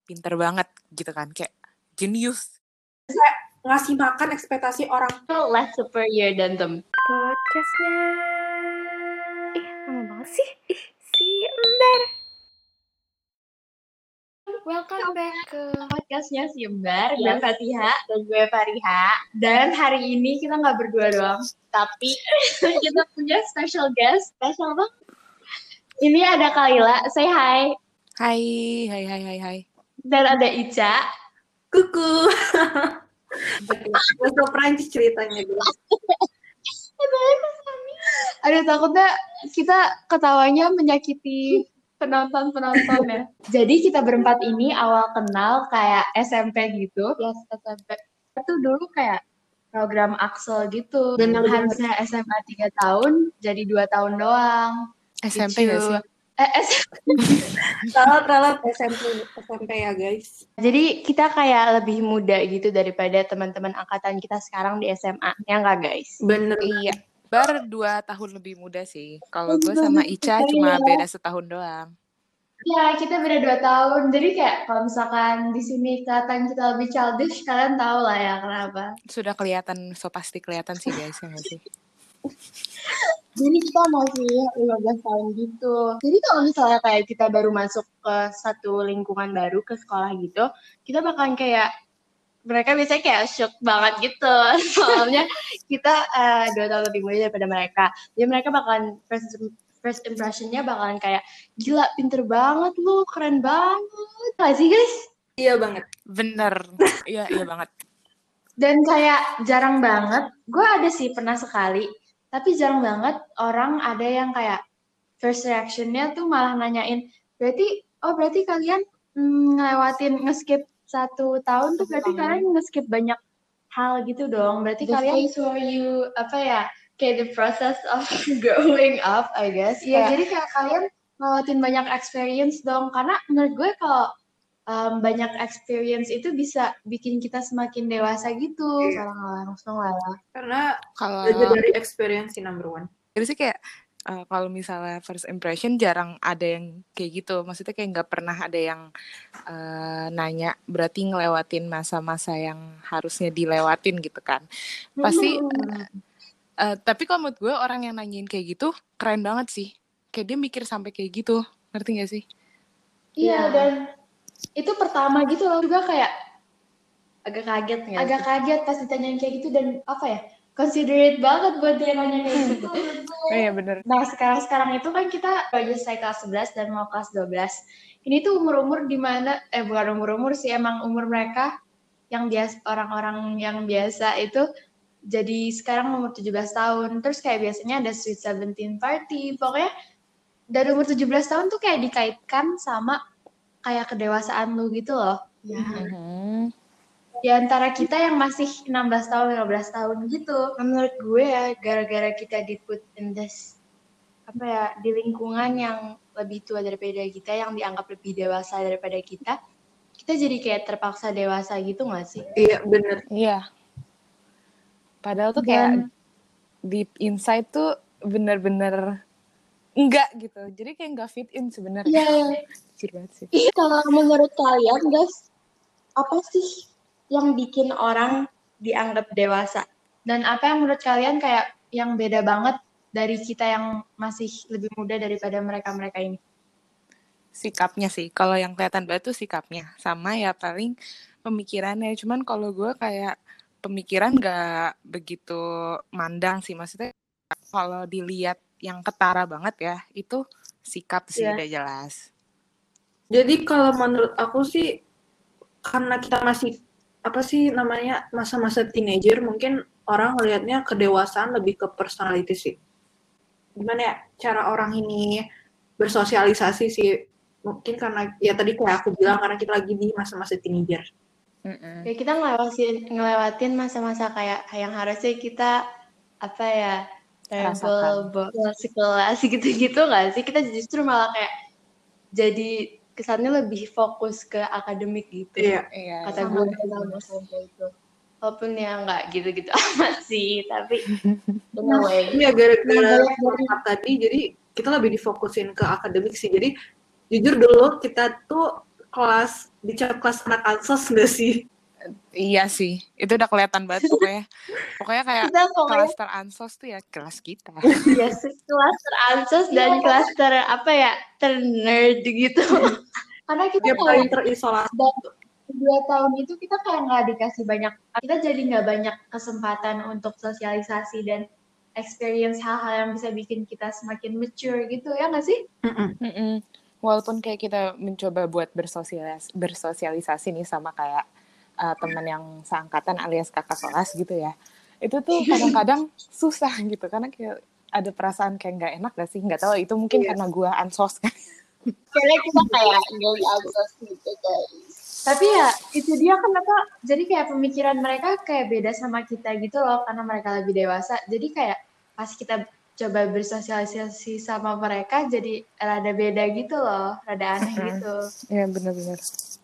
pinter banget gitu kan, kayak genius. Ngasih makan ekspektasi orang less superior than them. Podcastnya lama banget sih si Ember. Welcome back ke Podcastnya si Ember, gue Fatiha dan gue Fariha. Dan hari ini kita nggak berdua doang, tapi kita punya special guest, spesial banget. Ini ada Kaila, say hi. Hai. Dan ada Ica. kuku. Bahasa Prancis ceritanya dulu. Aduh, takutnya kita ketawanya menyakiti penonton ya. Jadi kita berempat ini awal kenal kayak SMP gitu. Ya, SMP. Itu dulu kayak program Axel gitu. Dan yang harusnya SMA 3 tahun, jadi 2 tahun doang. SMP gak sih? Ralat SMP ya guys. Jadi kita kayak lebih muda gitu daripada teman-teman angkatan kita sekarang di SMA. Ya nggak guys? Bener. Iya. Baru 2 tahun lebih muda sih. Kalau gue sama Ica cuma beda setahun doang. Ya, kita beda 2 tahun. Jadi kayak kalau misalkan di sini kelihatan kita lebih childish, kalian tahu lah ya kenapa. Sudah kelihatan, pasti kelihatan sih guys, ya nggak sih? Jadi kita masih 15 tahun gitu. Jadi kalau misalnya kayak kita baru masuk ke satu lingkungan baru, ke sekolah gitu, kita bakalan kayak, mereka biasanya kayak shock banget gitu. Soalnya kita 2 tahun lebih muda daripada mereka. Jadi mereka bakalan, first impression-nya bakalan kayak, gila pinter banget lu, keren banget. Nggak sih guys? Iya banget. Bener, iya banget. Dan kayak jarang banget, gue ada sih pernah sekali, tapi jarang banget orang ada yang kayak first reaction-nya tuh malah nanyain, berarti kalian nge-skip 1 tahun tuh berarti kalian nge-skip banyak hal gitu dong. Berarti kalian phase where you, kayak the process of growing up, I guess. Iya, jadi kayak kalian ngelewatin banyak experience dong. Karena menurut gue kalau banyak experience itu bisa bikin kita semakin dewasa gitu. Langsung lah. Karena Kalau belajar dari experience number one. Jadi sih kayak kalau misalnya first impression jarang ada yang kayak gitu. Maksudnya kayak nggak pernah ada yang nanya berarti ngelewatin masa-masa yang harusnya dilewatin gitu kan. Pasti tapi kalau menurut gue orang yang nanyain kayak gitu keren banget sih. Kayak dia mikir sampai kayak gitu. Ngerti gak sih? Iya, dan itu pertama gitu loh juga kayak agak kaget pas ditanyain kayak gitu, dan considerate banget buat dia nanya kayak gitu. Iya bener. Nah sekarang itu kan kita baru selesai kelas 11 dan mau kelas 12. Ini tuh umur dimana, bukan umur sih, emang umur mereka yang biasa, orang-orang yang biasa itu jadi sekarang umur 17 tahun. Terus kayak biasanya ada sweet 17 party. Pokoknya dari umur 17 tahun tuh kayak dikaitkan sama kayak kedewasaan lu gitu loh. Ya. Di antara kita yang masih 16 tahun, 15 tahun gitu. Menurut gue ya, gara-gara kita di-put in this, di lingkungan yang lebih tua daripada kita, yang dianggap lebih dewasa daripada kita jadi kayak terpaksa dewasa gitu gak sih? Iya, bener. Iya. Padahal tuh kayak deep inside tuh bener-bener enggak gitu. Jadi kayak enggak fit in sebenarnya. Iya. Kecil banget sih. Iya, kalau menurut kalian guys, apa sih yang bikin orang dianggap dewasa? Dan apa yang menurut kalian kayak yang beda banget dari kita yang masih lebih muda daripada mereka-mereka ini? Sikapnya sih. Kalau yang kelihatan banget tuh sikapnya. Sama ya paling pemikirannya. Cuman kalau gue kayak pemikiran gak begitu mandang sih. Maksudnya kalau dilihat yang ketara banget ya, itu sikap sih udah jelas. Jadi kalau menurut aku sih, karena kita masih masa-masa teenager, mungkin orang ngelihatnya kedewasaan lebih ke personality sih. Gimana ya cara orang ini bersosialisasi sih, mungkin karena ya tadi kayak aku bilang, karena kita lagi di masa-masa teenager. Ya kita ngelewatin masa-masa kayak yang harusnya kita sekelas gitu-gitu nggak sih? Kita justru malah kayak jadi kesannya lebih fokus ke akademik gitu. Iya. Kata gue sama itu. Walaupun ya nggak gitu-gitu amat sih, tapi anyway. Iya, gara-gara tadi, jadi kita lebih difokusin ke akademik sih. Jadi jujur dulu kita tuh kelas dicap kelas anak ansos nggak sih? Iya sih, itu udah kelihatan banget pokoknya kayak Kita pokoknya kelas teransos tuh ya kelas kita. ya kelas teransos dan kelas apa ya, ternerd gitu. Karena kita Dia paling terisolasi. dan 2 tahun itu kita kayak nggak dikasih banyak, kita jadi nggak banyak kesempatan untuk sosialisasi dan experience hal-hal yang bisa bikin kita semakin mature gitu, ya nggak sih? Walaupun kayak kita mencoba buat bersosialisasi nih sama kayak teman yang seangkatan alias kakak kelas gitu ya, itu tuh kadang-kadang susah gitu karena kayak ada perasaan kayak nggak enak gak sih, nggak tahu itu mungkin karena gue ansos kan. Karena kita kayak gay ansos gitu guys. Tapi ya itu dia kenapa jadi kayak pemikiran mereka kayak beda sama kita gitu loh, karena mereka lebih dewasa. Jadi kayak pas kita coba bersosialisasi sama mereka jadi rada beda gitu loh, rada aneh gitu. Iya benar-benar.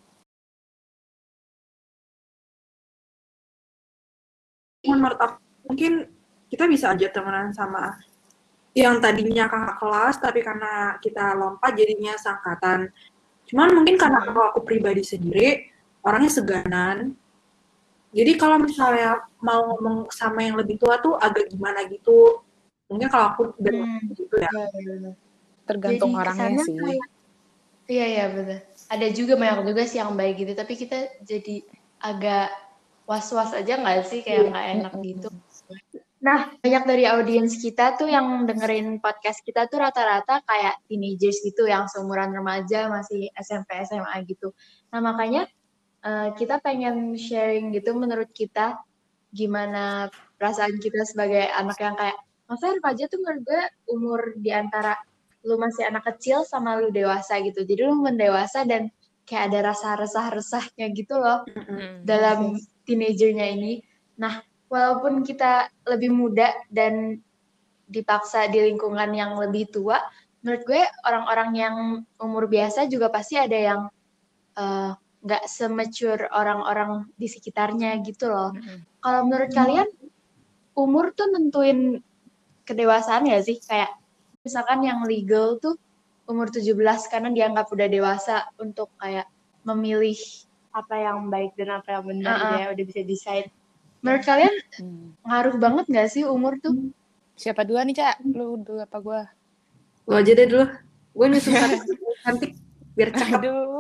Menurut aku mungkin kita bisa aja temenan sama yang tadinya kakak kelas tapi karena kita lompat jadinya seangkatan. Cuman mungkin karena aku pribadi sendiri orangnya seganan. Jadi kalau misalnya mau ngomong sama yang lebih tua tuh agak gimana gitu. Mungkin kalau aku gitu ya. Tergantung jadi, orangnya sih. Iya betul. Ada juga banyak juga sih yang baik gitu, tapi kita jadi agak was-was aja nggak sih, kayak nggak enak gitu. Nah, banyak dari audiens kita tuh yang dengerin podcast kita tuh rata-rata kayak teenagers gitu, yang seumuran remaja, masih SMP, SMA gitu. Nah, makanya kita pengen sharing gitu menurut kita gimana perasaan kita sebagai anak yang kayak, maksudnya remaja tuh menurut gue umur di antara lu masih anak kecil sama lu dewasa gitu. Jadi lu mendewasa dan kayak ada rasa resah-resahnya gitu loh dalam teenagernya ini. Nah, walaupun kita lebih muda dan dipaksa di lingkungan yang lebih tua, menurut gue orang-orang yang umur biasa juga pasti ada yang nggak se-mature orang-orang di sekitarnya gitu loh. Kalau menurut kalian, umur tuh nentuin kedewasaan nggak sih? Kayak misalkan yang legal tuh umur 17 karena dianggap udah dewasa untuk kayak memilih apa yang baik dan apa yang benar gitu ya, udah bisa decide. Menurut kalian ngaruh banget nggak sih umur tuh? Siapa dulu nih, Cak? Lu dulu apa gue? Lu aja deh dulu. Gue nyusun cantik biar cakep.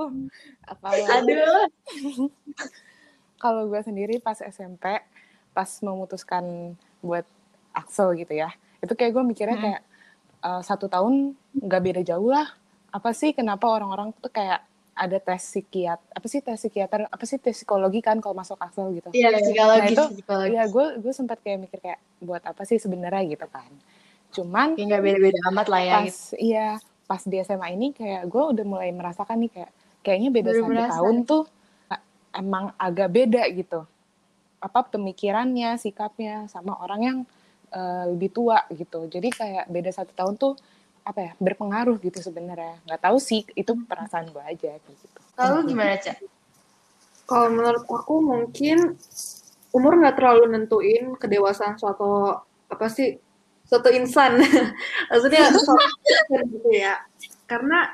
Aduh. Kalau gue sendiri pas SMP, pas memutuskan buat Axel gitu ya, itu kayak gue mikirnya kayak 1 tahun nggak beda jauh lah. Apa sih kenapa orang-orang tuh kayak ada tes psikiater, tes psikologi kan kalau masuk Axel gitu. Iya, psikologi. Nah itu, ya gue sempat kayak mikir kayak buat apa sih sebenarnya gitu kan. Cuman nggak beda-beda amat lah ya. Pas di SMA ini kayak gue udah mulai merasakan nih kayaknya beda 1 tahun tuh emang agak beda gitu. Apa pemikirannya, sikapnya sama orang yang lebih tua gitu. Jadi kayak beda 1 tahun tuh apa ya, berpengaruh gitu sebenarnya. Nggak tahu sih, itu perasaan gue aja gitu. Kalau gimana, Cak? Kalau menurut aku mungkin umur nggak terlalu nentuin kedewasaan suatu insan. Maksudnya gitu ya. Karena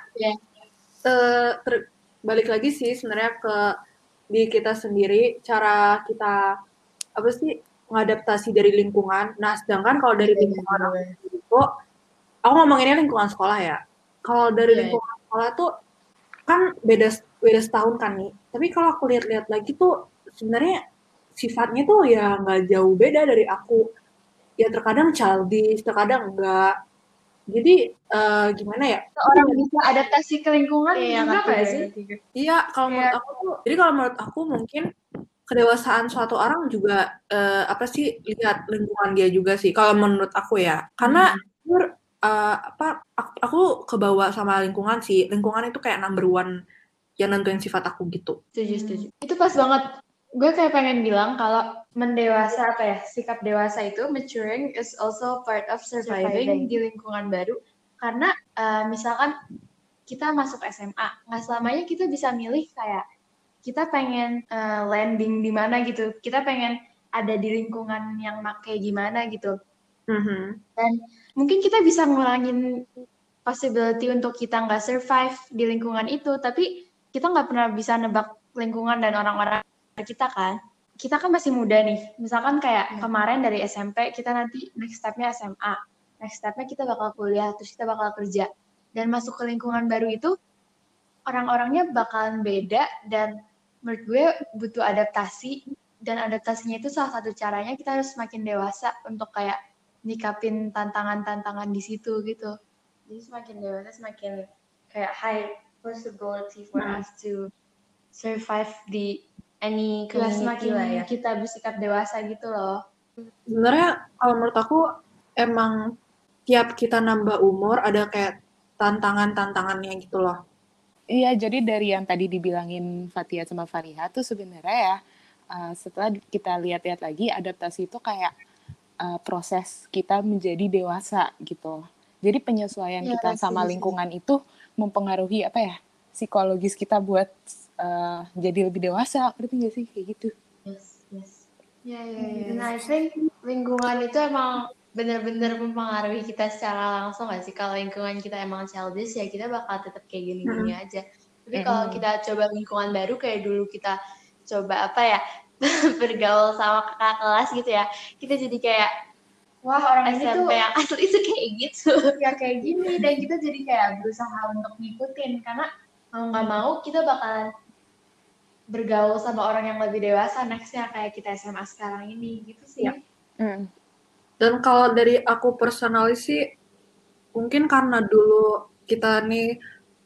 balik lagi sih sebenarnya ke di kita sendiri, cara kita mengadaptasi dari lingkungan. Nah, sedangkan kalau dari lingkungan itu, aku ngomonginnya lingkungan sekolah ya. Kalau dari lingkungan sekolah tuh kan beda setahun kan nih. Tapi kalau aku lihat-lihat lagi tuh sebenarnya sifatnya tuh ya nggak jauh beda dari aku. Ya terkadang childish, terkadang enggak. Jadi gimana ya? Orang bisa adaptasi ke lingkungan juga nggak sih? Iya, kalau menurut aku tuh. Jadi kalau menurut aku mungkin kedewasaan suatu orang juga lihat lingkungan dia juga sih. Kalau menurut aku ya, karena aku kebawa sama lingkungan sih. Lingkungan itu kayak number one yang nentuin sifat aku gitu. Setuju. Itu pas banget. Gue kayak pengen bilang kalau mendewasa sikap dewasa itu, maturing is also part of surviving di lingkungan baru. Karena misalkan kita masuk SMA, nggak selamanya kita bisa milih kayak kita pengen landing di mana gitu. Kita pengen ada di lingkungan yang kayak gimana gitu. Dan mungkin kita bisa ngurangin possibility untuk kita nggak survive di lingkungan itu, tapi kita nggak pernah bisa nebak lingkungan dan orang-orang kita kan. Kita kan masih muda nih. Misalkan kayak kemarin dari SMP, kita nanti next step-nya SMA. Next step-nya kita bakal kuliah, terus kita bakal kerja. Dan masuk ke lingkungan baru itu, orang-orangnya bakalan beda, dan menurut gue butuh adaptasi. Dan adaptasinya itu salah satu caranya kita harus semakin dewasa untuk kayak nyikapin tantangan-tantangan di situ gitu. Jadi semakin dewasa, semakin kayak high possibility for us to survive di any community lah ya. Kita bersikap dewasa gitu loh. Sebenarnya kalau menurut aku emang tiap kita nambah umur ada kayak tantangannya gitu loh. Iya, jadi dari yang tadi dibilangin Fatia sama Fariha tuh sebenarnya ya, setelah kita lihat-lihat lagi, adaptasi itu kayak proses kita menjadi dewasa gitu. Jadi penyesuaian kita sama lingkungan itu mempengaruhi psikologis kita buat jadi lebih dewasa, ngerti nggak sih kayak gitu? Yes. Ya. Dan I think lingkungan itu emang benar-benar mempengaruhi kita secara langsung nggak sih? Kalau lingkungan kita emang childish ya kita bakal tetap kayak gini-gini aja. Tapi kalau kita coba lingkungan baru kayak dulu kita coba bergaul sama kakak kelas gitu ya, kita jadi kayak wah orang SMP ini tuh yang asli itu kayak gitu ya kayak gini, dan kita jadi kayak berusaha untuk ngikutin karena mau nggak mau kita bakalan bergaul sama orang yang lebih dewasa nextnya kayak kita SMA sekarang ini gitu sih. Dan kalau dari aku personalis sih mungkin karena dulu kita nih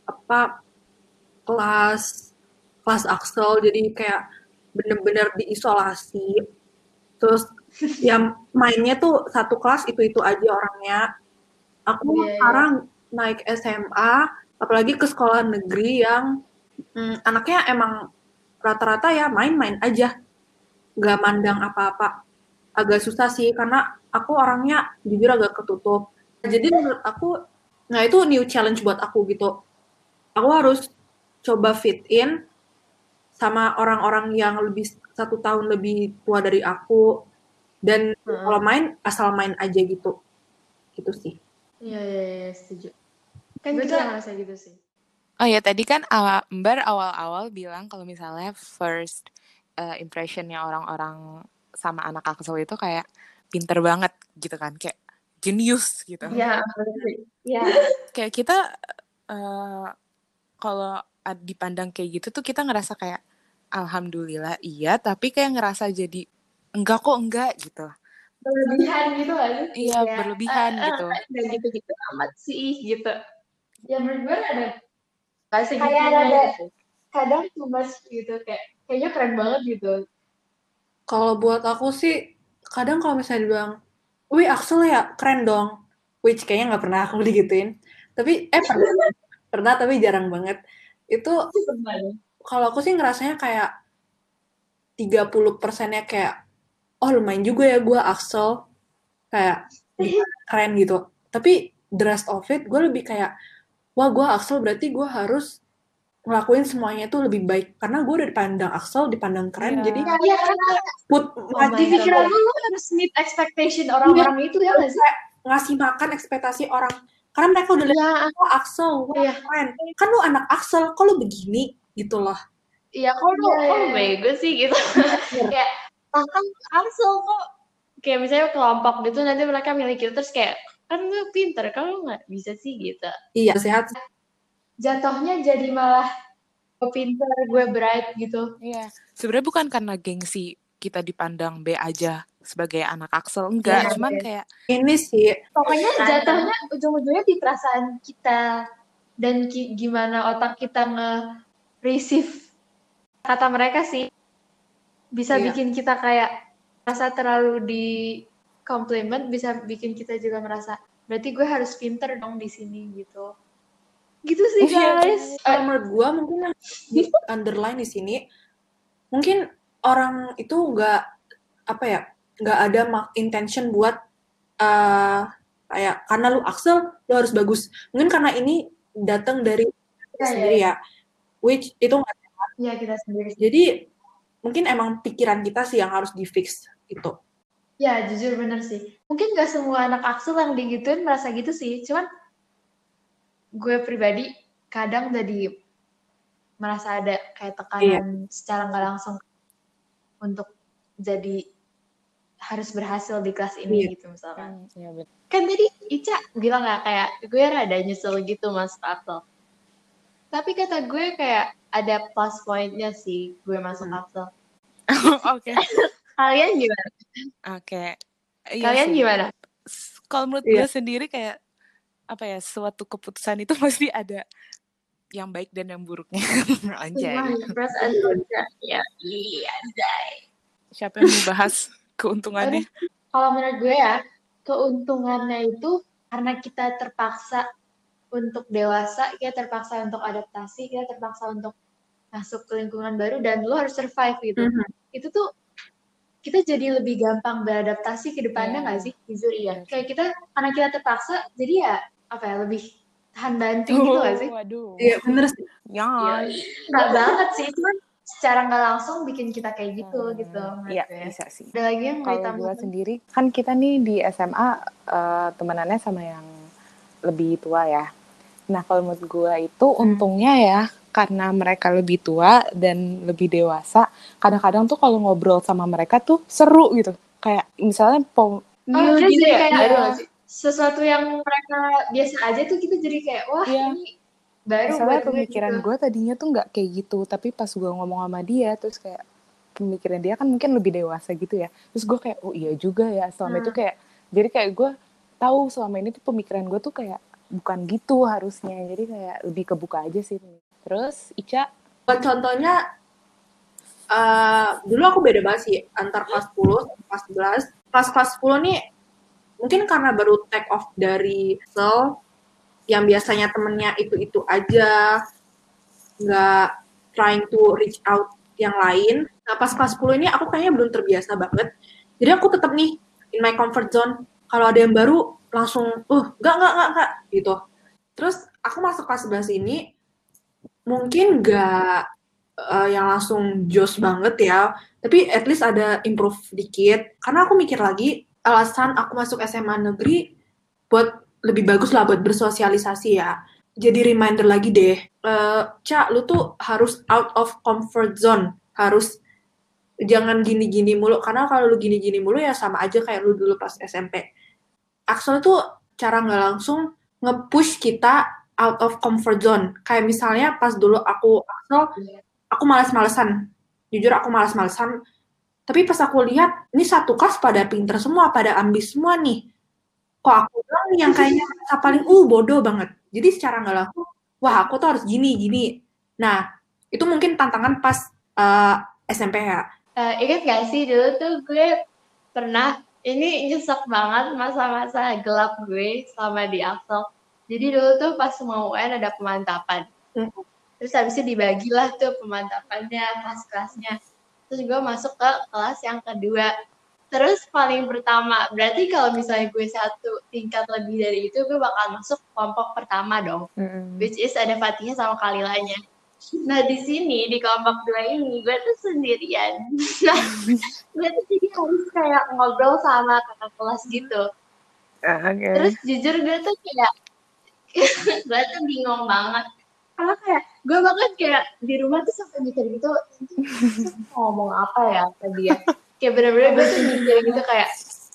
kelas Axel jadi kayak bener-bener diisolasi, terus yang mainnya tuh satu kelas itu aja orangnya. Aku sekarang naik SMA, apalagi ke sekolah negeri yang anaknya emang rata-rata ya main-main aja, nggak mandang apa-apa. Agak susah sih karena aku orangnya jujur agak ketutup. Jadi menurut aku, nah itu new challenge buat aku gitu. Aku harus coba fit in sama orang-orang yang lebih 1 tahun lebih tua dari aku, dan kalau main asal main aja gitu sih. Iya setuju. Kan kita ngerasa gitu sih. Oh ya, tadi kan Mbak awal-awal bilang kalau misalnya first impressionnya orang-orang sama anak Axel itu kayak pinter banget gitu kan, kayak genius gitu. Iya. Kayak kita kalau dipandang kayak gitu tuh kita ngerasa kayak alhamdulillah iya, tapi kayak ngerasa jadi enggak gitu. Berlebihan gitu kan? Iya, berlebihan gitu. Dan gitu-gitu amat sih gitu. Ya menurut gue ada kayak ada kadang too much gitu, kayaknya keren banget gitu. Kalau buat aku sih kadang kalau misalnya dibilang, wih Axel ya keren dong, which kayaknya nggak pernah aku digituin, tapi pernah tapi jarang banget. Itu kalau aku sih ngerasanya kayak 30%-nya kayak oh lumayan juga ya gue Axel, kayak keren gitu. Tapi the rest of it gue lebih kayak wah gue Axel berarti gue harus ngelakuin semuanya tuh lebih baik karena gue udah dipandang Axel, dipandang keren, jadi di pikiran lu harus meet expectation orang-orang itu ya nggak sih? Ngasih makan ekspektasi orang karena mereka udah lihat Axel, wah keren, kan lu anak Axel, kok lu begini gitu loh. Iya, kok lu bego sih gitu. Kayak kan Axel kok kayak misalnya kelompok gitu nanti mereka milih kita terus kayak kan lu pinter, kan lu nggak bisa sih gitu. Iya sehat. Jatuhnya jadi malah gue pinter, gue bright gitu. Iya, sebenarnya bukan karena gengsi kita dipandang B aja sebagai anak Axel, enggak, cuman kayak ini sih. Pokoknya jatuhnya ujung-ujungnya di perasaan kita dan gimana otak kita nge-receive kata mereka sih bisa bikin kita kayak merasa terlalu di compliment, bisa bikin kita juga merasa berarti gue harus pinter dong di sini gitu. Gitu sih guys. Kalau menurut gue mungkin yang di underline di sini mungkin orang itu nggak ada intention buat kayak karena lu Axel lu harus bagus, mungkin karena ini datang dari sendiri ya, which itu nggak sehat. Iya kita sendiri. Jadi mungkin emang pikiran kita sih yang harus di fix gitu. Ya jujur bener sih. Mungkin nggak semua anak Axel yang digituin merasa gitu sih, cuman gue pribadi kadang udah di merasa ada kayak tekanan secara nggak langsung untuk jadi harus berhasil di kelas ini gitu misalkan. Iya betul. Kan tadi Ica bilang nggak kayak gue rada nyesel gitu masuk Axel. Tapi kata gue kayak ada plus point-nya sih gue masuk Axel. Oke. Kalian gimana? Oke. Iya Kalian sih. gimana? Kalau menurut gue sendiri kayak apa ya, suatu keputusan itu pasti ada yang baik dan yang buruknya. Anjay. Plus and contra. Ya, iya, Zai. Siapa yang mau bahas keuntungannya? Kalau menurut gue ya, keuntungannya itu karena kita terpaksa untuk dewasa, kita terpaksa untuk adaptasi, kita terpaksa untuk masuk ke lingkungan baru dan lo harus survive gitu. Itu tuh kita jadi lebih gampang beradaptasi ke depannya nggak sih? Jujur iya. Kayak kita karena kita terpaksa, jadi ya apa ya lebih tahan banting gitu nggak sih? Waduh. Iya bener sih. Ya. Nggak banget sih, cuman secara nggak langsung bikin kita kayak gitu gitu. Iya bisa sih. Ada lagi yang kalau gue sendiri kan kita nih di SMA temenannya sama yang lebih tua ya. Nah kalau menurut gue itu untungnya ya karena mereka lebih tua dan lebih dewasa. Kadang-kadang tuh kalau ngobrol sama mereka tuh seru gitu. Kayak misalnya gitu ya. Kayak sesuatu yang mereka biasa aja tuh kita jadi kayak wah ini baru misalnya buat pemikiran gue tadinya tuh nggak kayak gitu, tapi pas gue ngomong sama dia terus kayak pemikiran dia kan mungkin lebih dewasa gitu ya, terus gue kayak oh iya juga ya selama itu kayak jadi kayak gue tahu selama ini tuh pemikiran gue tuh kayak bukan gitu harusnya, jadi kayak lebih kebuka aja sih. Terus Ica buat contohnya dulu aku beda banget sih antar kelas 10 sama kelas 11. Kelas 10 nih mungkin karena baru take off dari Axel yang biasanya temennya itu aja, nggak trying to reach out yang lain. Nah pas kelas 10 ini aku kayaknya belum terbiasa banget. Jadi aku tetap nih in my comfort zone. Kalau ada yang baru langsung, enggak gitu. Terus aku masuk kelas 11 ini mungkin nggak yang langsung joss banget ya, tapi at least ada improve dikit. Karena aku mikir lagi alasan aku masuk SMA negeri buat lebih bagus lah buat bersosialisasi ya. Jadi reminder lagi deh, Ca, lu tuh harus out of comfort zone. Harus jangan gini-gini mulu. Karena kalau lu gini-gini mulu ya sama aja kayak lu dulu pas SMP. Axel tuh cara nggak langsung nge-push kita out of comfort zone. Kayak misalnya pas dulu aku Axel, aku malas-malesan. Jujur aku malas-malesan. Tapi pas aku lihat, ini satu kelas pada pinter semua, pada ambis semua nih. Kok aku doang yang kayaknya paling bodoh banget. Jadi secara nggak langsung, wah aku tuh harus gini. Nah, itu mungkin tantangan pas SMP ya. Ingat gak sih dulu tuh gue pernah, ini nyesek banget masa-masa gelap gue selama di Axel. Jadi dulu tuh pas mau UN ada pemantapan. Terus habis itu dibagilah tuh pemantapannya, kelas-kelasnya. Terus gue masuk ke kelas yang kedua. Terus paling pertama, berarti kalau misalnya gue satu tingkat lebih dari itu, gue bakal masuk kelompok pertama dong. Which is ada Fatihah sama Kalilanya. Nah di sini, di kelompok 2 ini, gue tuh sendirian. Nah, gue tuh jadi harus kayak ngobrol sama kakak kelas gitu. Terus jujur gue tuh kayak, gue tuh bingung banget. Karena kayak, gue bahkan kayak di rumah tuh sampai mikir gitu, ngomong apa ya ke dia. Kayak bener-bener gue tuh mikir gitu kayak,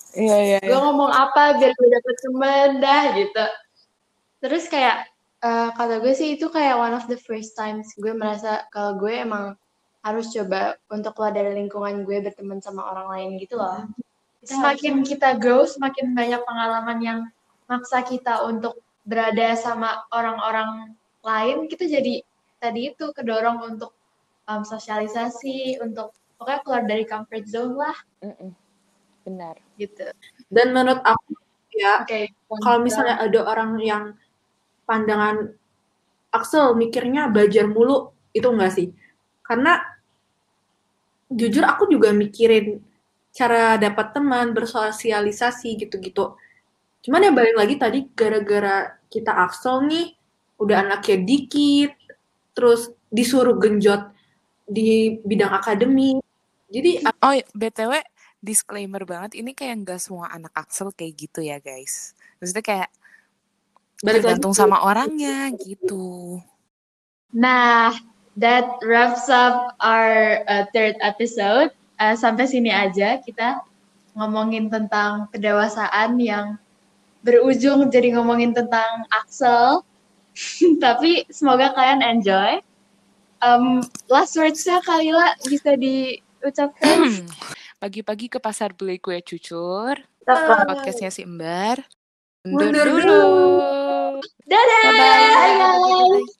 gue ngomong apa biar gue dapet temen dah gitu. Terus kayak, kata gue sih itu kayak one of the first times gue merasa kalau gue emang harus coba untuk keluar dari lingkungan gue berteman sama orang lain gitu loh. Semakin kita grow, semakin banyak pengalaman yang maksa kita untuk berada sama orang-orang lain, kita jadi tadi itu kedorong untuk sosialisasi, untuk pokoknya keluar dari comfort zone lah. Benar. Gitu. Dan menurut aku ya, kalau misalnya ada orang yang pandangan Axel mikirnya belajar mulu, itu enggak sih? Karena jujur aku juga mikirin cara dapat teman, bersosialisasi gitu-gitu. Cuman ya balik lagi tadi gara-gara kita Axel nih udah anaknya dikit, terus disuruh genjot di bidang akademik. Jadi BTW disclaimer banget, ini kayak nggak semua anak Axel kayak gitu ya guys. Maksudnya kayak tergantung sama orangnya gitu. Nah, that wraps up our third episode. Sampai sini aja kita ngomongin tentang kedewasaan yang berujung jadi ngomongin tentang Axel. Tapi semoga kalian enjoy. Last words-nya Kalila bisa diucapkan. Pagi-pagi ke pasar beli kue cucur. Kita Podcastnya si Embar. mundur Mundur dulu. dulu. Dadah! Bye-bye. Bye, guys.